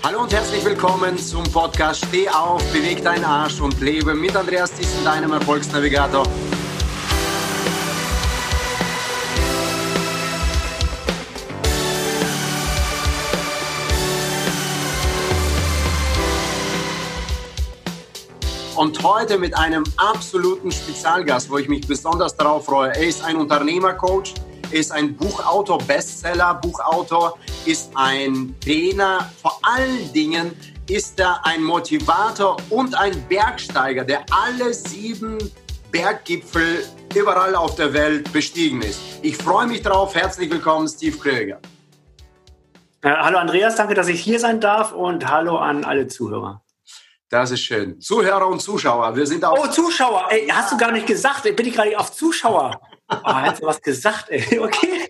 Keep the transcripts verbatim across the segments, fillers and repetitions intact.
Hallo und herzlich willkommen zum Podcast Steh auf, beweg deinen Arsch und lebe mit Andreas Thyssen, deinem Erfolgsnavigator. Und heute mit einem absoluten Spezialgast, wo ich mich besonders darauf freue. Er ist ein Unternehmercoach, er ist ein Buchautor, Bestseller, Buchautor, ist ein Trainer. Vor allen Dingen ist er ein Motivator und ein Bergsteiger, der alle sieben Berggipfel überall auf der Welt bestiegen ist. Ich freue mich drauf. Herzlich willkommen, Steve Kröger. Äh, hallo Andreas, danke, dass ich hier sein darf und hallo an alle Zuhörer. Das ist schön. Zuhörer und Zuschauer, wir sind auch... Oh, Zuschauer, ey, hast du gar nicht gesagt, bin ich gerade auf Zuschauer. Oh, hast du was gesagt, ey, okay.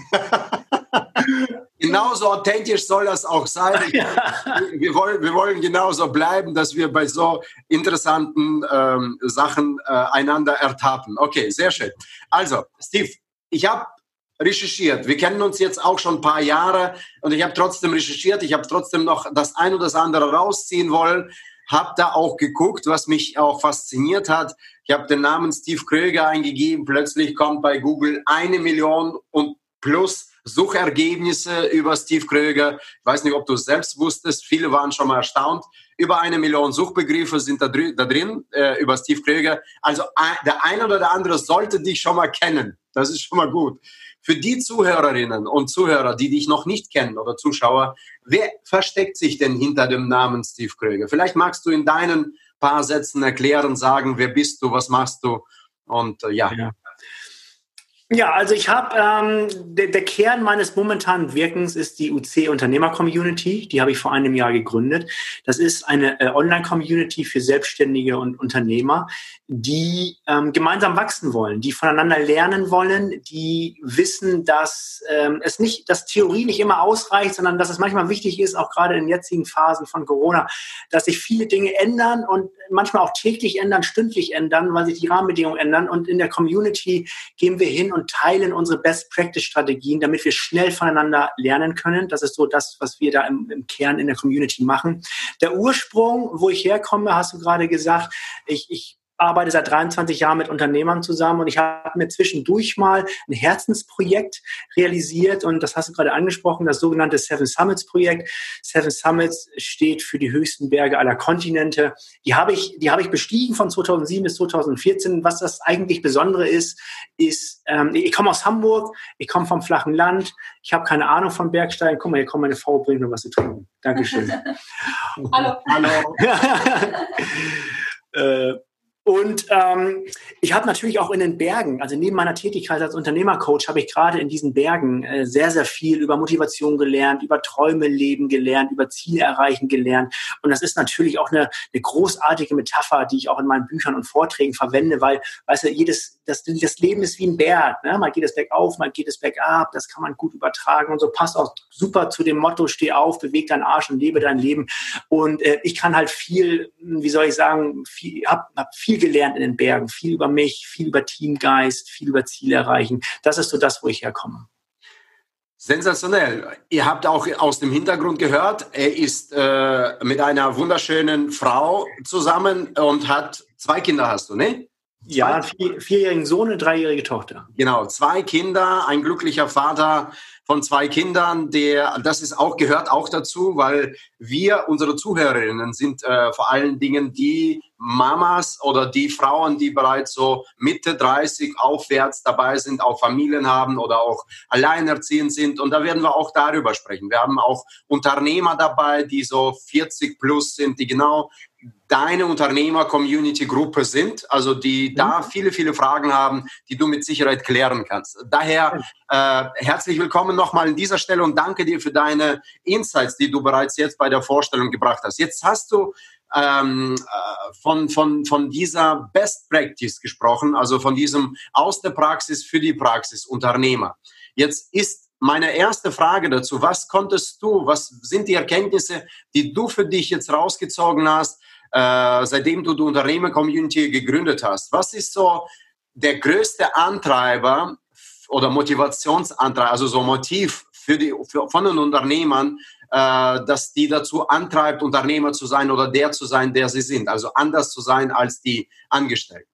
Genauso authentisch soll das auch sein. Ja. Wir, wollen, wir wollen genauso bleiben, dass wir bei so interessanten ähm, Sachen äh, einander ertappen. Okay, sehr schön. Also, Steve, ich habe recherchiert. Wir kennen uns jetzt auch schon ein paar Jahre und ich habe trotzdem recherchiert. Ich habe trotzdem noch das ein oder das andere rausziehen wollen. Habe da auch geguckt, was mich auch fasziniert hat. Ich habe den Namen Steve Kröger eingegeben. Plötzlich kommt bei Google eine Million und plus Suchergebnisse über Steve Kröger. Ich weiß nicht, ob du es selbst wusstest. Viele waren schon mal erstaunt. Über eine Million Suchbegriffe sind da, dr- da drin äh, über Steve Kröger. Also ein, der eine oder der andere sollte dich schon mal kennen. Das ist schon mal gut. Für die Zuhörerinnen und Zuhörer, die dich noch nicht kennen oder Zuschauer, wer versteckt sich denn hinter dem Namen Steve Kröger? Vielleicht magst du in deinen paar Sätzen erklären, sagen, wer bist du, was machst du und äh, ja. ja. Ja, also ich habe, ähm, der, der Kern meines momentanen Wirkens ist die U C Unternehmer-Community. Die habe ich vor einem Jahr gegründet. Das ist eine äh, Online-Community für Selbstständige und Unternehmer, die ähm, gemeinsam wachsen wollen, die voneinander lernen wollen, die wissen, dass ähm, es nicht, dass Theorie nicht immer ausreicht, sondern dass es manchmal wichtig ist, auch gerade in den jetzigen Phasen von Corona, dass sich viele Dinge ändern und manchmal auch täglich ändern, stündlich ändern, weil sich die Rahmenbedingungen ändern. Und in der Community gehen wir hin und teilen unsere Best-Practice-Strategien, damit wir schnell voneinander lernen können. Das ist so das, was wir da im, im Kern in der Community machen. Der Ursprung, wo ich herkomme, hast du gerade gesagt, ich, ich arbeite seit dreiundzwanzig Jahren mit Unternehmern zusammen und ich habe mir zwischendurch mal ein Herzensprojekt realisiert und das hast du gerade angesprochen, das sogenannte Seven Summits Projekt. Seven Summits steht für die höchsten Berge aller Kontinente. Die habe ich, die habe ich bestiegen von zweitausendsieben bis zweitausendvierzehn. Was das eigentlich Besondere ist, ist, ähm, ich komme aus Hamburg, ich komme vom flachen Land, ich habe keine Ahnung von Bergsteigen. Guck mal, hier kommt meine Frau, bringt mir was zu trinken. Dankeschön. Hallo. Hallo. äh, Und ähm, ich habe natürlich auch in den Bergen, also neben meiner Tätigkeit als Unternehmercoach, habe ich gerade in diesen Bergen äh, sehr, sehr viel über Motivation gelernt, über Träume leben gelernt, über Ziele erreichen gelernt. Und das ist natürlich auch eine, eine großartige Metapher, die ich auch in meinen Büchern und Vorträgen verwende, weil, weißt du, jedes, das, das Leben ist wie ein Berg. Ne? Mal geht es bergauf, mal geht es bergab. Das kann man gut übertragen und so passt auch super zu dem Motto, steh auf, beweg deinen Arsch und lebe dein Leben. Und äh, ich kann halt viel, wie soll ich sagen, viel, hab, hab viel gelernt in den Bergen, viel über mich, viel über Teamgeist, viel über Ziele erreichen. Das ist so das, wo ich herkomme. Sensationell. Ihr habt auch aus dem Hintergrund gehört, er ist äh, mit einer wunderschönen Frau zusammen und hat zwei Kinder, hast du, ne? Ja, einen vier, vierjährigen Sohn und eine dreijährige Tochter. Genau, zwei Kinder, ein glücklicher Vater von zwei Kindern, der, das ist auch, gehört auch dazu, weil wir, unsere Zuhörerinnen, sind äh, vor allen Dingen die Mamas oder die Frauen, die bereits so Mitte dreißig aufwärts dabei sind, auch Familien haben oder auch alleinerziehend sind. Und da werden wir auch darüber sprechen. Wir haben auch Unternehmer dabei, die so vierzig plus sind, die genau deine Unternehmer-Community-Gruppe sind, also die mhm. da viele, viele Fragen haben, die du mit Sicherheit klären kannst. Daher äh, herzlich willkommen nochmal an dieser Stelle und danke dir für deine Insights, die du bereits jetzt bei der Vorstellung gebracht hast. Jetzt hast du ähm, äh, von, von, von dieser Best Practice gesprochen, also von diesem aus der Praxis für die Praxis Unternehmer. Jetzt ist meine erste Frage dazu, was konntest du, was sind die Erkenntnisse, die du für dich jetzt rausgezogen hast, äh, seitdem du die Unternehmer-Community gegründet hast? Was ist so der größte Antreiber oder Motivationsantrieb, also so Motiv für die, für, von den Unternehmern, äh, das die dazu antreibt, Unternehmer zu sein oder der zu sein, der sie sind? Also anders zu sein als die Angestellten.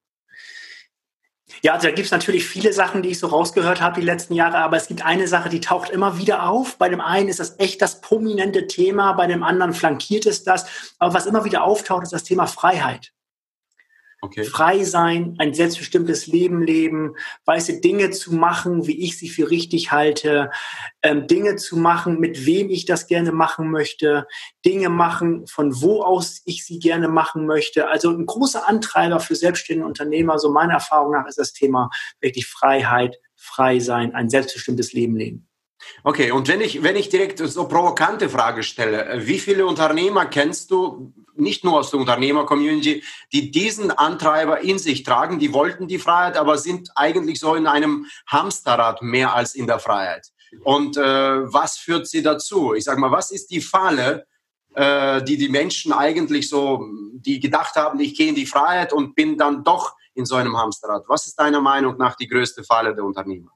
Ja, also da gibt es natürlich viele Sachen, die ich so rausgehört habe die letzten Jahre, aber es gibt eine Sache, die taucht immer wieder auf. Bei dem einen ist das echt das prominente Thema, bei dem anderen flankiert es das. Aber was immer wieder auftaucht, ist das Thema Freiheit. Okay. Frei sein, ein selbstbestimmtes Leben leben, weiße Dinge zu machen, wie ich sie für richtig halte, ähm, Dinge zu machen, mit wem ich das gerne machen möchte, Dinge machen, von wo aus ich sie gerne machen möchte. Also ein großer Antreiber für selbstständige Unternehmer, so meiner Erfahrung nach, ist das Thema wirklich Freiheit, frei sein, ein selbstbestimmtes Leben leben. Okay, und wenn ich, wenn ich direkt so provokante Frage stelle, wie viele Unternehmer kennst du, nicht nur aus der Unternehmer-Community, die diesen Antreiber in sich tragen, die wollten die Freiheit, aber sind eigentlich so in einem Hamsterrad mehr als in der Freiheit? Und äh, was führt sie dazu? Ich sage mal, was ist die Falle, äh, die die Menschen eigentlich so, die gedacht haben, ich gehe in die Freiheit und bin dann doch in so einem Hamsterrad? Was ist deiner Meinung nach die größte Falle der Unternehmer?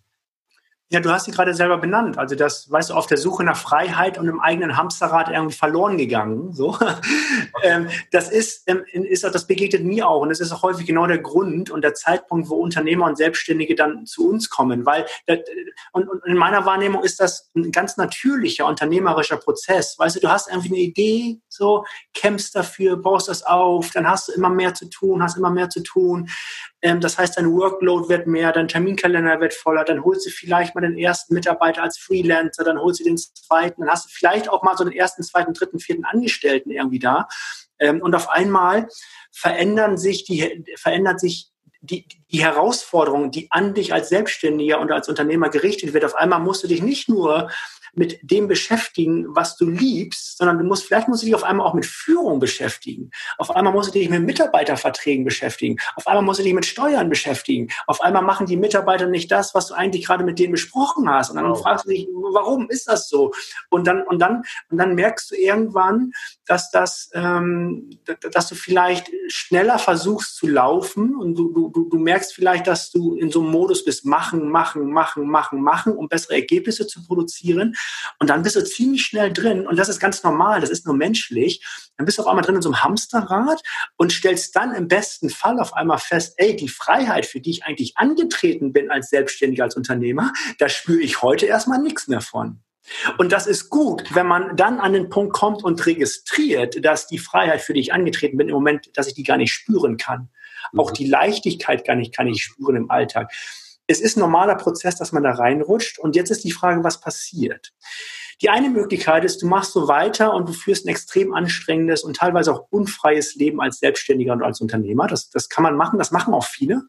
Ja, du hast sie gerade selber benannt. Also das, weißt du, auf der Suche nach Freiheit und im eigenen Hamsterrad irgendwie verloren gegangen. So, okay. ähm, das ist, ähm, ist, das begegnet mir auch, und das ist auch häufig genau der Grund und der Zeitpunkt, wo Unternehmer und Selbstständige dann zu uns kommen, weil und, und in meiner Wahrnehmung ist das ein ganz natürlicher unternehmerischer Prozess. Weißt du, du hast irgendwie eine Idee, so kämpfst dafür, baust das auf, dann hast du immer mehr zu tun, hast immer mehr zu tun. Ähm, das heißt, dein Workload wird mehr, dein Terminkalender wird voller, dann holst du vielleicht mal den ersten Mitarbeiter als Freelancer, dann holst du den zweiten, dann hast du vielleicht auch mal so den ersten, zweiten, dritten, vierten Angestellten irgendwie da. Ähm, und auf einmal verändern sich die, verändert sich die, die Herausforderung, die an dich als Selbstständiger und als Unternehmer gerichtet wird. Auf einmal musst du dich nicht nur mit dem beschäftigen, was du liebst, sondern du musst, vielleicht musst du dich auf einmal auch mit Führung beschäftigen. Auf einmal musst du dich mit Mitarbeiterverträgen beschäftigen. Auf einmal musst du dich mit Steuern beschäftigen. Auf einmal machen die Mitarbeiter nicht das, was du eigentlich gerade mit denen besprochen hast. Und dann wow. fragst du dich, warum ist das so? Und dann, und dann, und dann merkst du irgendwann, dass das, ähm, dass du vielleicht schneller versuchst zu laufen und du, du, du merkst vielleicht, dass du in so einem Modus bist, machen, machen, machen, machen, machen, um bessere Ergebnisse zu produzieren. Und dann bist du ziemlich schnell drin, und das ist ganz normal, das ist nur menschlich, dann bist du auf einmal drin in so einem Hamsterrad und stellst dann im besten Fall auf einmal fest, ey, die Freiheit, für die ich eigentlich angetreten bin als Selbstständiger, als Unternehmer, da spüre ich heute erstmal nichts mehr von. Und das ist gut, wenn man dann an den Punkt kommt und registriert, dass die Freiheit, für die ich angetreten bin, im Moment, dass ich die gar nicht spüren kann. Auch die Leichtigkeit kann ich, kann ich spüren im Alltag. Es ist ein normaler Prozess, dass man da reinrutscht. Und jetzt ist die Frage, was passiert? Die eine Möglichkeit ist, du machst so weiter und du führst ein extrem anstrengendes und teilweise auch unfreies Leben als Selbstständiger und als Unternehmer. Das, das kann man machen, das machen auch viele.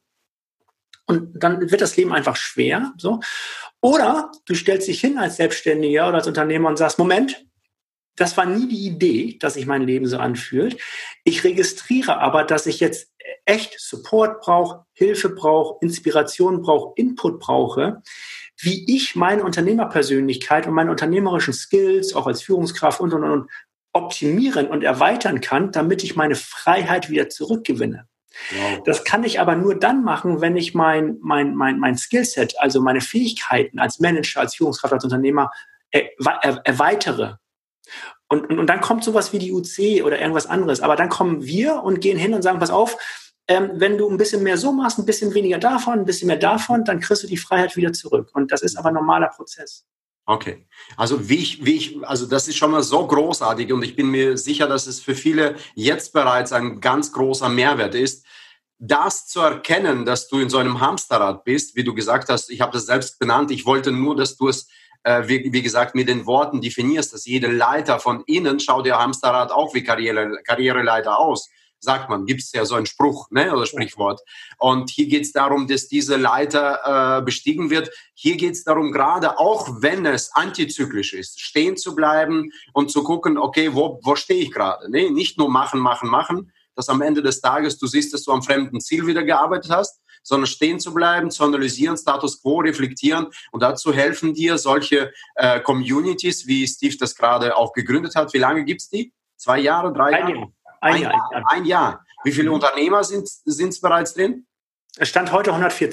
Und dann wird das Leben einfach schwer. So. Oder du stellst dich hin als Selbstständiger oder als Unternehmer und sagst, Moment, das war nie die Idee, dass sich mein Leben so anfühlt. Ich registriere aber, dass ich jetzt echt Support brauche, Hilfe brauche, Inspiration brauche, Input brauche, wie ich meine Unternehmerpersönlichkeit und meine unternehmerischen Skills, auch als Führungskraft und, und, und, optimieren und erweitern kann, damit ich meine Freiheit wieder zurückgewinne. Wow. Das kann ich aber nur dann machen, wenn ich mein, mein, mein, mein Skillset, also meine Fähigkeiten als Manager, als Führungskraft, als Unternehmer er, er, erweitere. Und, und, und dann kommt sowas wie die U C oder irgendwas anderes. Aber dann kommen wir und gehen hin und sagen, pass auf, ähm, wenn du ein bisschen mehr so machst, ein bisschen weniger davon, ein bisschen mehr davon, dann kriegst du die Freiheit wieder zurück. Und das ist aber ein normaler Prozess. Okay, also wie ich, wie ich, also das ist schon mal so großartig, und ich bin mir sicher, dass es für viele jetzt bereits ein ganz großer Mehrwert ist, das zu erkennen, dass du in so einem Hamsterrad bist, wie du gesagt hast. Ich habe das selbst benannt. Ich wollte nur, dass du es äh, wie, wie gesagt mit den Worten definierst, dass jede Leiter von innen, schaut der Hamsterrad auch wie Karriere, Karriereleiter aus. Sagt man, gibt es ja so einen Spruch, ne, oder Sprichwort. Und hier geht es darum, dass diese Leiter äh, bestiegen wird. Hier geht es darum, gerade auch wenn es antizyklisch ist, stehen zu bleiben und zu gucken, okay, wo, wo stehe ich gerade? Ne? Nicht nur machen, machen, machen, dass am Ende des Tages du siehst, dass du am fremden Ziel wieder gearbeitet hast, sondern stehen zu bleiben, zu analysieren, Status Quo, reflektieren. Und dazu helfen dir solche äh, Communities, wie Steve das gerade auch gegründet hat. Wie lange gibt es die? Zwei Jahre, drei Jahre? Ein Jahr. Ein, ein, Jahr, Jahr, ein Jahr. Wie viele mhm. Unternehmer sind es bereits drin? Es stand heute hundertvierzig.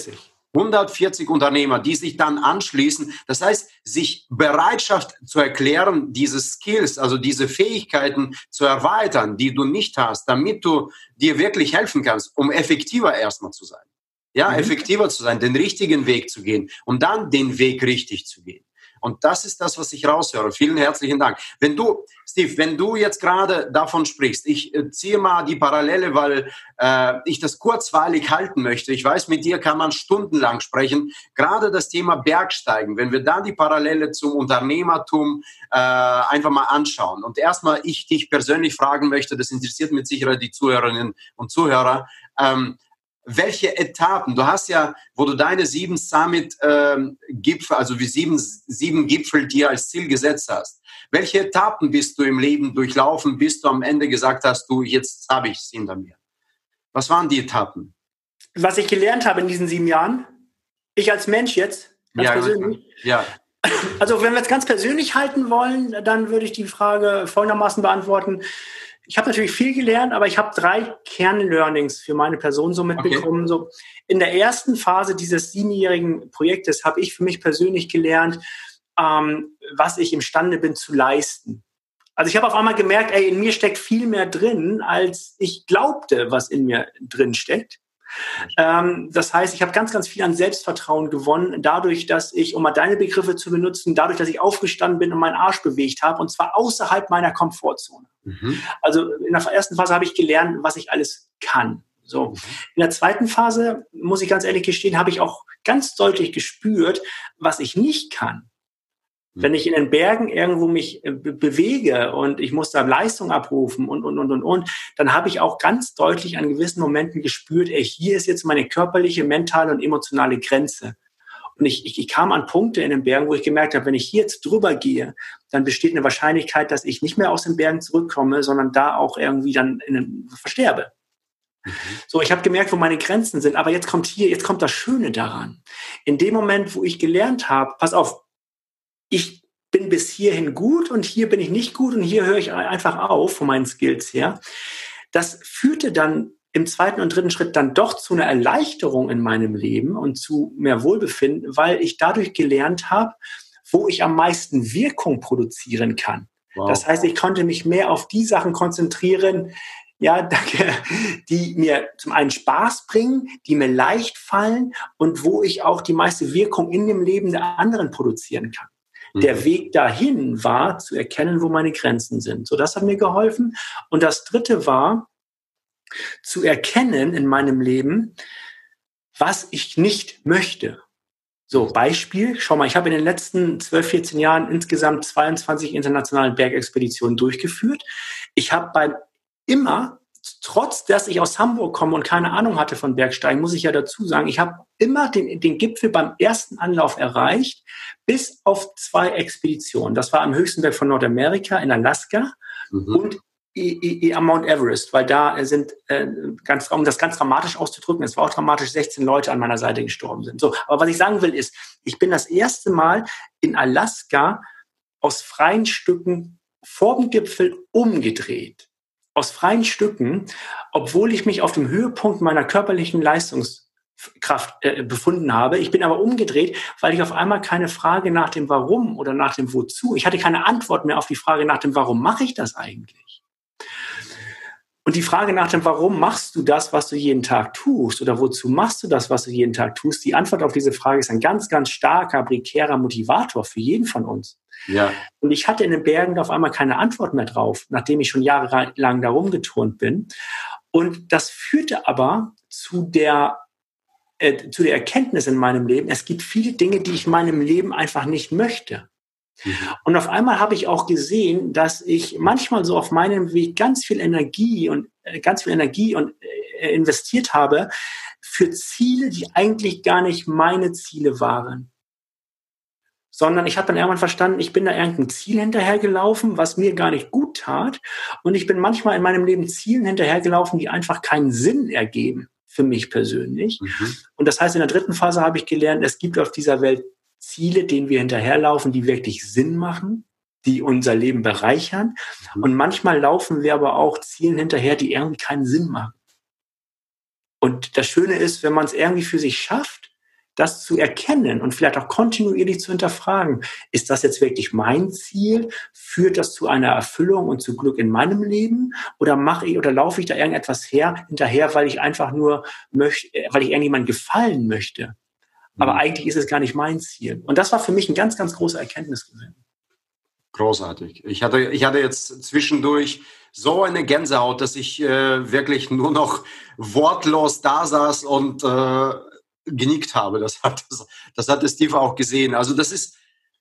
hundertvierzig Unternehmer, die sich dann anschließen. Das heißt, sich Bereitschaft zu erklären, diese Skills, also diese Fähigkeiten zu erweitern, die du nicht hast, damit du dir wirklich helfen kannst, um effektiver erstmal zu sein. Ja, mhm. effektiver zu sein, den richtigen Weg zu gehen und dann den Weg richtig zu gehen. Und das ist das, was ich raushöre. Vielen herzlichen Dank. Wenn du, Steve, wenn du jetzt gerade davon sprichst, ich äh, ziehe mal die Parallele, weil äh, ich das kurzweilig halten möchte. Ich weiß, mit dir kann man stundenlang sprechen. Gerade das Thema Bergsteigen, wenn wir da die Parallele zum Unternehmertum äh, einfach mal anschauen. Und erstmal ich dich persönlich fragen möchte, das interessiert mit Sicherheit die Zuhörerinnen und Zuhörer, ähm, welche Etappen, du hast ja, wo du deine sieben Summit-Gipfel, ähm, also wie sieben, sieben Gipfel dir als Ziel gesetzt hast, welche Etappen bist du im Leben durchlaufen, bis du am Ende gesagt hast, du, jetzt habe ich es hinter mir? Was waren die Etappen? Was ich gelernt habe in diesen sieben Jahren, ich als Mensch jetzt, ganz ja, persönlich. Ja. Also wenn wir es ganz persönlich halten wollen, dann würde ich die Frage folgendermaßen beantworten. Ich habe natürlich viel gelernt, aber ich habe drei Kernlearnings für meine Person so mitbekommen. Okay. So in der ersten Phase dieses siebenjährigen Projektes habe ich für mich persönlich gelernt, ähm, was ich imstande bin zu leisten. Also ich habe auf einmal gemerkt, ey, in mir steckt viel mehr drin, als ich glaubte, was in mir drin steckt. Ähm, das heißt, ich habe ganz, ganz viel an Selbstvertrauen gewonnen, dadurch, dass ich, um mal deine Begriffe zu benutzen, dadurch, dass ich aufgestanden bin und meinen Arsch bewegt habe, und zwar außerhalb meiner Komfortzone. Mhm. Also in der ersten Phase habe ich gelernt, was ich alles kann. So. In der zweiten Phase, muss ich ganz ehrlich gestehen, habe ich auch ganz deutlich gespürt, was ich nicht kann. Wenn ich in den Bergen irgendwo mich be- bewege und ich muss da Leistung abrufen und, und, und, und, und, dann habe ich auch ganz deutlich an gewissen Momenten gespürt, ey, hier ist jetzt meine körperliche, mentale und emotionale Grenze. Und ich, ich, ich kam an Punkte in den Bergen, wo ich gemerkt habe, wenn ich hier jetzt drüber gehe, dann besteht eine Wahrscheinlichkeit, dass ich nicht mehr aus den Bergen zurückkomme, sondern da auch irgendwie dann in den, versterbe. Mhm. So, ich habe gemerkt, wo meine Grenzen sind. Aber jetzt kommt hier, jetzt kommt das Schöne daran. In dem Moment, wo ich gelernt habe, pass auf, ich bin bis hierhin gut und hier bin ich nicht gut und hier höre ich einfach auf von meinen Skills her. Das führte dann im zweiten und dritten Schritt dann doch zu einer Erleichterung in meinem Leben und zu mehr Wohlbefinden, weil ich dadurch gelernt habe, wo ich am meisten Wirkung produzieren kann. Wow. Das heißt, ich konnte mich mehr auf die Sachen konzentrieren, ja, danke, die mir zum einen Spaß bringen, die mir leicht fallen und wo ich auch die meiste Wirkung in dem Leben der anderen produzieren kann. Der Weg dahin war, zu erkennen, wo meine Grenzen sind. So, das hat mir geholfen. Und das Dritte war, zu erkennen in meinem Leben, was ich nicht möchte. So, Beispiel, schau mal, ich habe in den letzten zwölf, vierzehn Jahren insgesamt zweiundzwanzig internationale Bergexpeditionen durchgeführt. Ich habe beim immer, trotz dass ich aus Hamburg komme und keine Ahnung hatte von Bergsteigen, muss ich ja dazu sagen, ich habe immer den, den Gipfel beim ersten Anlauf erreicht, bis auf zwei Expeditionen. Das war am höchsten Berg von Nordamerika in Alaska mhm. und i, i, am Mount Everest, weil da sind, äh, ganz, um das ganz dramatisch auszudrücken, es war auch dramatisch, sechzehn Leute an meiner Seite gestorben sind. So, aber was ich sagen will ist, ich bin das erste Mal in Alaska aus freien Stücken vor dem Gipfel umgedreht. Aus freien Stücken, obwohl ich mich auf dem Höhepunkt meiner körperlichen Leistungskraft äh, befunden habe. Ich bin aber umgedreht, weil ich auf einmal keine Frage nach dem Warum oder nach dem Wozu, ich hatte keine Antwort mehr auf die Frage nach dem Warum mache ich das eigentlich? Und die Frage nach dem Warum machst du das, was du jeden Tag tust oder wozu machst du das, was du jeden Tag tust? Die Antwort auf diese Frage ist ein ganz, ganz starker, prekärer Motivator für jeden von uns. Ja. Und ich hatte in den Bergen auf einmal keine Antwort mehr drauf, nachdem ich schon jahrelang da rumgeturnt bin. Und das führte aber zu der, äh, zu der Erkenntnis in meinem Leben, es gibt viele Dinge, die ich in meinem Leben einfach nicht möchte. Mhm. Und auf einmal habe ich auch gesehen, dass ich manchmal so auf meinem Weg ganz viel Energie und äh, ganz viel Energie und äh, investiert habe für Ziele, die eigentlich gar nicht meine Ziele waren. Sondern ich habe dann irgendwann verstanden, ich bin da irgendein Ziel hinterhergelaufen, was mir gar nicht gut tat. Und ich bin manchmal in meinem Leben Zielen hinterhergelaufen, die einfach keinen Sinn ergeben für mich persönlich. Mhm. Und das heißt, in der dritten Phase habe ich gelernt, es gibt auf dieser Welt Ziele, denen wir hinterherlaufen, die wirklich Sinn machen, die unser Leben bereichern. Mhm. Und manchmal laufen wir aber auch Zielen hinterher, die irgendwie keinen Sinn machen. Und das Schöne ist, wenn man es irgendwie für sich schafft, das zu erkennen und vielleicht auch kontinuierlich zu hinterfragen. Ist das jetzt wirklich mein Ziel? Führt das zu einer Erfüllung und zu Glück in meinem Leben? Oder mache ich oder laufe ich da irgendetwas her, hinterher, weil ich einfach nur möchte, weil ich irgendjemandem gefallen möchte? Aber mhm. eigentlich ist es gar nicht mein Ziel. Und das war für mich ein ganz, ganz großer Erkenntnisgewinn. Großartig. Ich hatte, ich hatte jetzt zwischendurch so eine Gänsehaut, dass ich äh, wirklich nur noch wortlos da saß und äh, genickt habe. Das hat, das, das hat Steve auch gesehen. Also das ist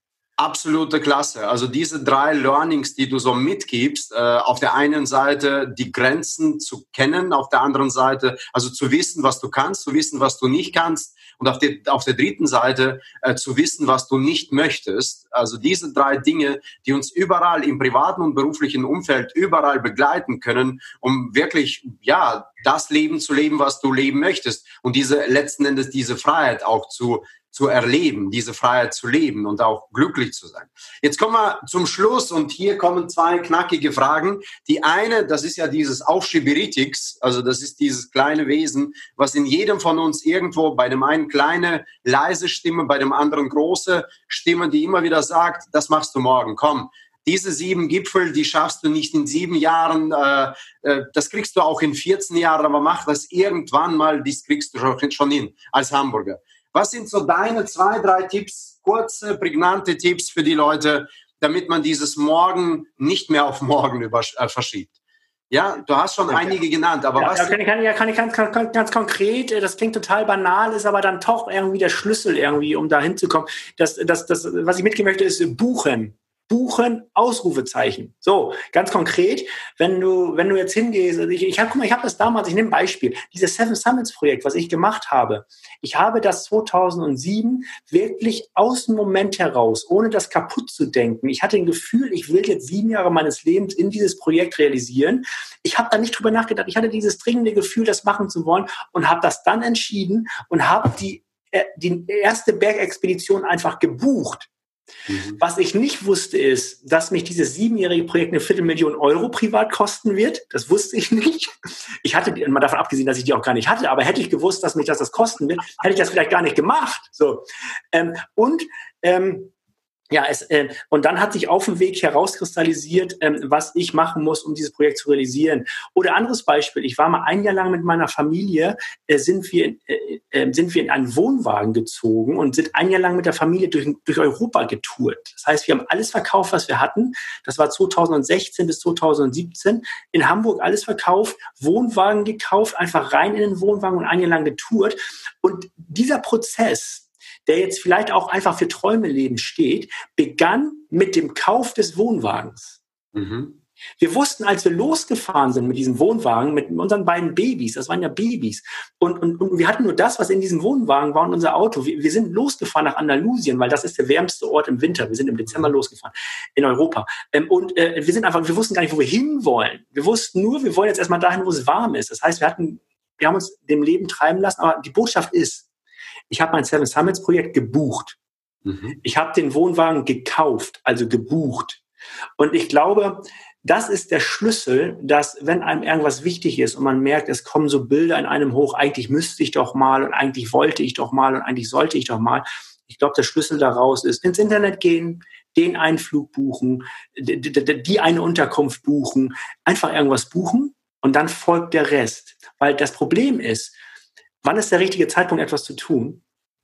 absolute Klasse. Also diese drei Learnings, die du so mitgibst, äh, auf der einen Seite die Grenzen zu kennen, auf der anderen Seite also zu wissen, was du kannst, zu wissen, was du nicht kannst und auf, die, auf der dritten Seite äh, zu wissen, was du nicht möchtest. Also diese drei Dinge, die uns überall im privaten und beruflichen Umfeld überall begleiten können, um wirklich ja das Leben zu leben, was du leben möchtest und diese letzten Endes diese Freiheit auch zu zu erleben, diese Freiheit zu leben und auch glücklich zu sein. Jetzt kommen wir zum Schluss und hier kommen zwei knackige Fragen. Die eine, das ist ja dieses Aufschieberitis, also das ist dieses kleine Wesen, was in jedem von uns irgendwo, bei dem einen kleine, leise Stimme, bei dem anderen große Stimme, die immer wieder sagt, das machst du morgen, komm. Diese sieben Gipfel, die schaffst du nicht in sieben Jahren, äh, äh, das kriegst du auch in vierzehn Jahren, aber mach das irgendwann mal, das kriegst du schon hin als Hamburger. Was sind so deine zwei, drei Tipps, kurze, prägnante Tipps für die Leute, damit man dieses Morgen nicht mehr auf morgen übersch- äh, verschiebt? Ja, du hast schon ja, einige genannt, aber ja, was... Ja, kann ich, kann ich, kann ich ganz, ganz, ganz konkret, das klingt total banal, ist aber dann doch irgendwie der Schlüssel irgendwie, um da hinzukommen. Das, das, das, was ich mitgeben möchte, ist buchen. Buchen, Ausrufezeichen. So, ganz konkret, wenn du, wenn du jetzt hingehst, also ich, ich habe, guck mal, ich habe das damals, ich nehme ein Beispiel, dieses Seven Summits Projekt, was ich gemacht habe. Ich habe das zweitausendsieben wirklich aus dem Moment heraus, ohne das kaputt zu denken. Ich hatte ein Gefühl, ich will jetzt sieben Jahre meines Lebens in dieses Projekt realisieren. Ich habe da nicht drüber nachgedacht. Ich hatte dieses dringende Gefühl, das machen zu wollen und habe das dann entschieden und habe die, äh, die erste Bergexpedition einfach gebucht. Mhm. Was ich nicht wusste, ist, dass mich dieses siebenjährige Projekt eine Viertelmillion Euro privat kosten wird. Das wusste ich nicht. Ich hatte, mal davon abgesehen, dass ich die auch gar nicht hatte, aber hätte ich gewusst, dass mich das das kosten wird, hätte ich das vielleicht gar nicht gemacht. So. Ähm, und ähm, Ja, es, äh, und dann hat sich auf dem Weg herauskristallisiert, ähm, was ich machen muss, um dieses Projekt zu realisieren. Oder anderes Beispiel, ich war mal ein Jahr lang mit meiner Familie, äh, sind wir äh, äh, sind wir in einen Wohnwagen gezogen und sind ein Jahr lang mit der Familie durch, durch Europa getourt. Das heißt, wir haben alles verkauft, was wir hatten. Das war zweitausendsechzehn bis zweitausendsiebzehn. In Hamburg alles verkauft, Wohnwagen gekauft, einfach rein in den Wohnwagen und ein Jahr lang getourt. Und dieser Prozess, der jetzt vielleicht auch einfach für Träume leben steht, begann mit dem Kauf des Wohnwagens. Mhm. Wir wussten, als wir losgefahren sind mit diesem Wohnwagen, mit unseren beiden Babys, das waren ja Babys, und, und, und wir hatten nur das, was in diesem Wohnwagen war und unser Auto. Wir, wir sind losgefahren nach Andalusien, weil das ist der wärmste Ort im Winter. Wir sind im Dezember losgefahren in Europa. Ähm, und äh, wir sind einfach, wir wussten gar nicht, wo wir hinwollen. Wir wussten nur, wir wollen jetzt erstmal dahin, wo es warm ist. Das heißt, wir hatten, wir haben uns dem Leben treiben lassen, aber die Botschaft ist, ich habe mein Seven Summits Projekt gebucht. Mhm. Ich habe den Wohnwagen gekauft, also gebucht. Und ich glaube, das ist der Schlüssel, dass wenn einem irgendwas wichtig ist und man merkt, es kommen so Bilder in einem hoch, eigentlich müsste ich doch mal und eigentlich wollte ich doch mal und eigentlich sollte ich doch mal. Ich glaube, der Schlüssel daraus ist, ins Internet gehen, den einen Flug buchen, die, die, die eine Unterkunft buchen, einfach irgendwas buchen und dann folgt der Rest. Weil das Problem ist, wann ist der richtige Zeitpunkt, etwas zu tun?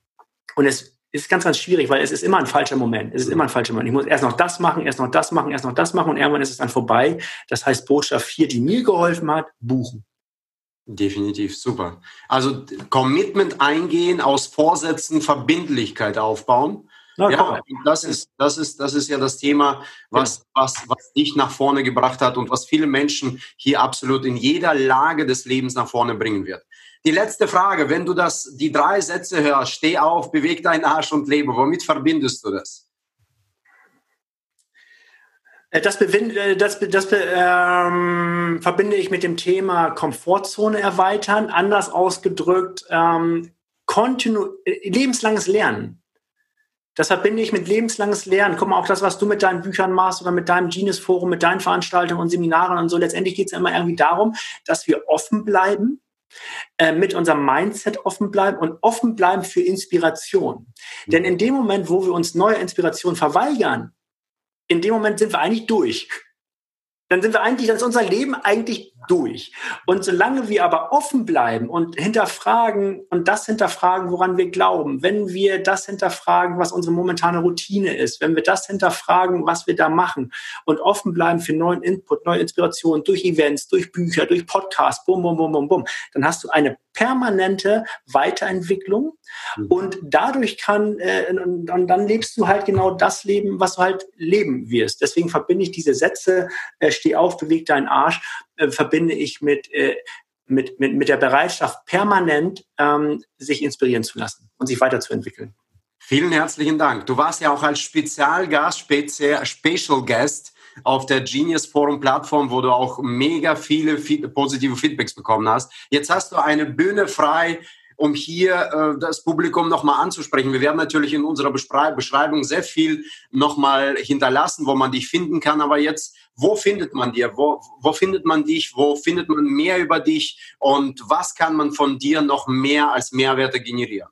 Und es ist ganz, ganz schwierig, weil es ist immer ein falscher Moment. Es ist immer ein falscher Moment. Ich muss erst noch das machen, erst noch das machen, erst noch das machen und irgendwann ist es dann vorbei. Das heißt, Botschaft vier, die mir geholfen hat, buchen. Definitiv, super. Also Commitment eingehen, aus Vorsätzen Verbindlichkeit aufbauen. Na, ja, das ist, das ist, das ist ja das Thema, was, ja. was, was dich nach vorne gebracht hat und was viele Menschen hier absolut in jeder Lage des Lebens nach vorne bringen wird. Die letzte Frage, wenn du das, die drei Sätze hörst, steh auf, beweg deinen Arsch und lebe, womit verbindest du das? Das, das, das ähm, verbinde ich mit dem Thema Komfortzone erweitern, anders ausgedrückt, ähm, kontinu- lebenslanges Lernen. Das verbinde ich mit lebenslanges Lernen. Guck mal, auch das, was du mit deinen Büchern machst oder mit deinem Genius-Forum, mit deinen Veranstaltungen und Seminaren und so. Letztendlich geht es immer irgendwie darum, dass wir offen bleiben äh, mit unserem Mindset offen bleiben und offen bleiben für Inspiration. Mhm. Denn in dem Moment, wo wir uns neue Inspiration verweigern, in dem Moment sind wir eigentlich durch. Dann sind wir eigentlich, dann ist unser Leben eigentlich durch. Und solange wir aber offen bleiben und hinterfragen und das hinterfragen, woran wir glauben, wenn wir das hinterfragen, was unsere momentane Routine ist, wenn wir das hinterfragen, was wir da machen und offen bleiben für neuen Input, neue Inspirationen durch Events, durch Bücher, durch Podcasts, bum, bum, bum, bum, bum, dann hast du eine permanente Weiterentwicklung mhm. und dadurch kann, äh, und, und dann lebst du halt genau das Leben, was du halt leben wirst. Deswegen verbinde ich diese Sätze, äh, steh auf, beweg deinen Arsch, äh, verbinde ich mit, äh, mit, mit, mit der Bereitschaft, permanent ähm, sich inspirieren zu lassen und sich weiterzuentwickeln. Vielen herzlichen Dank. Du warst ja auch als Spezialgast, Spezial, Special Guest auf der Genius Forum Plattform, wo du auch mega viele feed- positive Feedbacks bekommen hast. Jetzt hast du eine Bühne frei, um hier äh, das Publikum nochmal anzusprechen. Wir werden natürlich in unserer Beschrei- Beschreibung sehr viel nochmal hinterlassen, wo man dich finden kann. Aber jetzt, wo findet man dir? Wo, wo findet man dich? Wo findet man mehr über dich? Und was kann man von dir noch mehr als Mehrwerte generieren?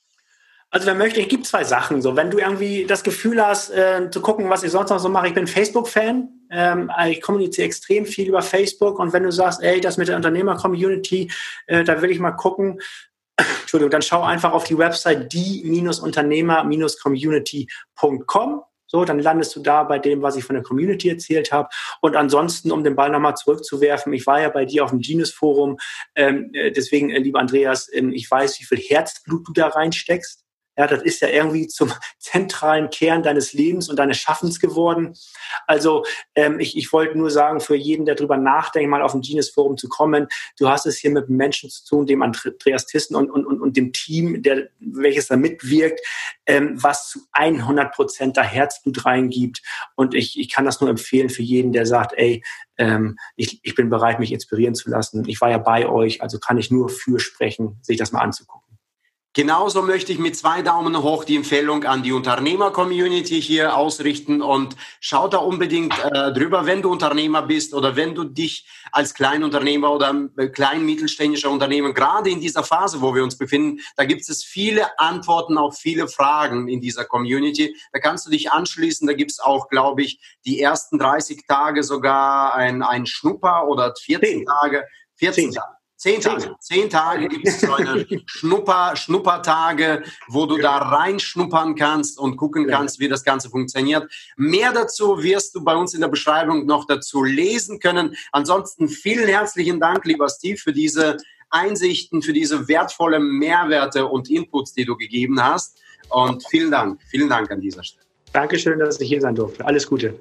Also wer möchte, ich gibt zwei Sachen. So, wenn du irgendwie das Gefühl hast, äh, zu gucken, was ich sonst noch so mache, ich bin Facebook-Fan. Ähm, ich kommuniziere extrem viel über Facebook. Und wenn du sagst, ey, das mit der Unternehmer-Community, äh, da will ich mal gucken, Entschuldigung, dann schau einfach auf die Website die Unternehmer Community Punkt com. So, dann landest du da bei dem, was ich von der Community erzählt habe. Und ansonsten, um den Ball nochmal zurückzuwerfen, ich war ja bei dir auf dem Genius Forum. Ähm, deswegen, äh, lieber Andreas, ähm, ich weiß, wie viel Herzblut du da reinsteckst. Ja, das ist ja irgendwie zum zentralen Kern deines Lebens und deines Schaffens geworden. Also ähm, ich, ich wollte nur sagen, für jeden, der drüber nachdenkt, mal auf ein Genius Forum zu kommen, du hast es hier mit Menschen zu tun, dem Andreas Thyssen und, und, und, und dem Team, der, welches da mitwirkt, ähm, was zu hundert Prozent da Herzblut reingibt. Und ich, ich kann das nur empfehlen für jeden, der sagt, ey, ähm, ich, ich bin bereit, mich inspirieren zu lassen. Ich war ja bei euch, also kann ich nur für sprechen, sich das mal anzugucken. Genauso möchte ich mit zwei Daumen hoch die Empfehlung an die Unternehmer-Community hier ausrichten und schau da unbedingt äh, drüber, wenn du Unternehmer bist oder wenn du dich als Kleinunternehmer oder klein mittelständischer Unternehmer, gerade in dieser Phase, wo wir uns befinden, da gibt es viele Antworten auf viele Fragen in dieser Community. Da kannst du dich anschließen, da gibt es auch, glaube ich, die ersten dreißig Tage sogar ein, ein Schnupper oder vierzehn Tage, vierzehn Tage. Zehn Tage. Zehn Tage gibt es so eine Schnupper, Schnuppertage, wo du da reinschnuppern kannst und gucken kannst, wie das Ganze funktioniert. Mehr dazu wirst du bei uns in der Beschreibung noch dazu lesen können. Ansonsten vielen herzlichen Dank, lieber Steve, für diese Einsichten, für diese wertvollen Mehrwerte und Inputs, die du gegeben hast. Und vielen Dank. Vielen Dank an dieser Stelle. Dankeschön, dass ich hier sein durfte. Alles Gute.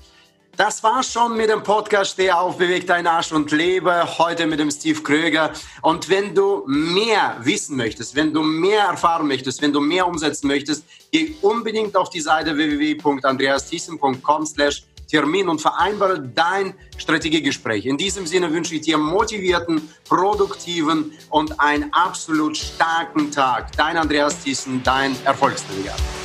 Das war's schon mit dem Podcast Steh auf, beweg deinen Arsch und lebe, heute mit dem Steve Kröger. Und wenn du mehr wissen möchtest, wenn du mehr erfahren möchtest, wenn du mehr umsetzen möchtest, geh unbedingt auf die Seite w w w punkt andreas thyssen punkt com slash Termin und vereinbare dein Strategiegespräch. In diesem Sinne wünsche ich dir motivierten, produktiven und einen absolut starken Tag. Dein Andreas Thyssen, dein Erfolgsnavigator.